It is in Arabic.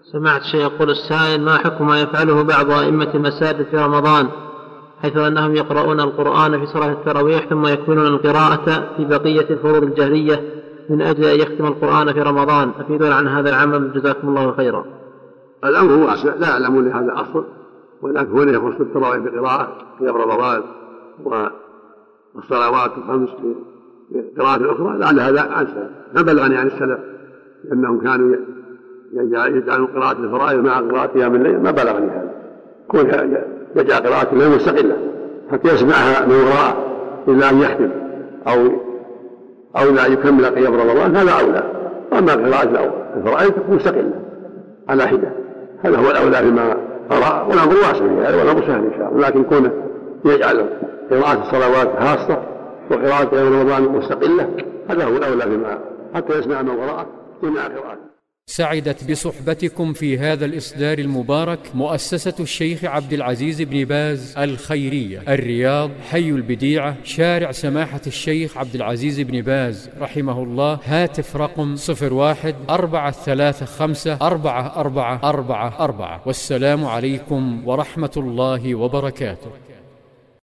سمعت شيء يقول السائل: ما حكم ما يفعله بعض أئمة المساجد في رمضان، حيث أنهم يقرؤون القرآن في صلاة التراويح ثم يكملون القراءة في بقية الفروض الجهرية من أجل أن يختم القرآن في رمضان؟ أفيدون عن هذا العمل جزاكم الله خيرا. الأمر واسع، لا أعلم لهذا أصل، ولكن هنا يخص التراويح بقراءة في رمضان والصلوات الخمس بقراءة أخرى، لعل هذا أنسى. ما بلغني عن السلف أنهم كانوا يجعلون قراءة الفرائض مع قراءتها من الليل، ما بلغني هذا. كون يجعل قراءة الليل مستقلة حتى يسمعها من وراء إلا أن يختم أو لا يكمل قيام رمضان، هذا أولى. أما قراءة الفرائض تكون مستقلة على حدة، هذا هو الأولى فيما أرى، والأمر واسع هذا، والأمر سهل إن شاء الله. لكن كونه يجعل قراءة الصلوات خاصة وقراءة قيام رمضان مستقلة، هذا هو الأولى فيما حتى يسمع من وراءه جميع قراءته. سعدت بصحبتكم في هذا الإصدار المبارك مؤسسة الشيخ عبد العزيز بن باز الخيرية، الرياض، حي البديعة، شارع سماحة الشيخ عبد العزيز بن باز رحمه الله. هاتف رقم 01-435-4444. والسلام عليكم ورحمة الله وبركاته.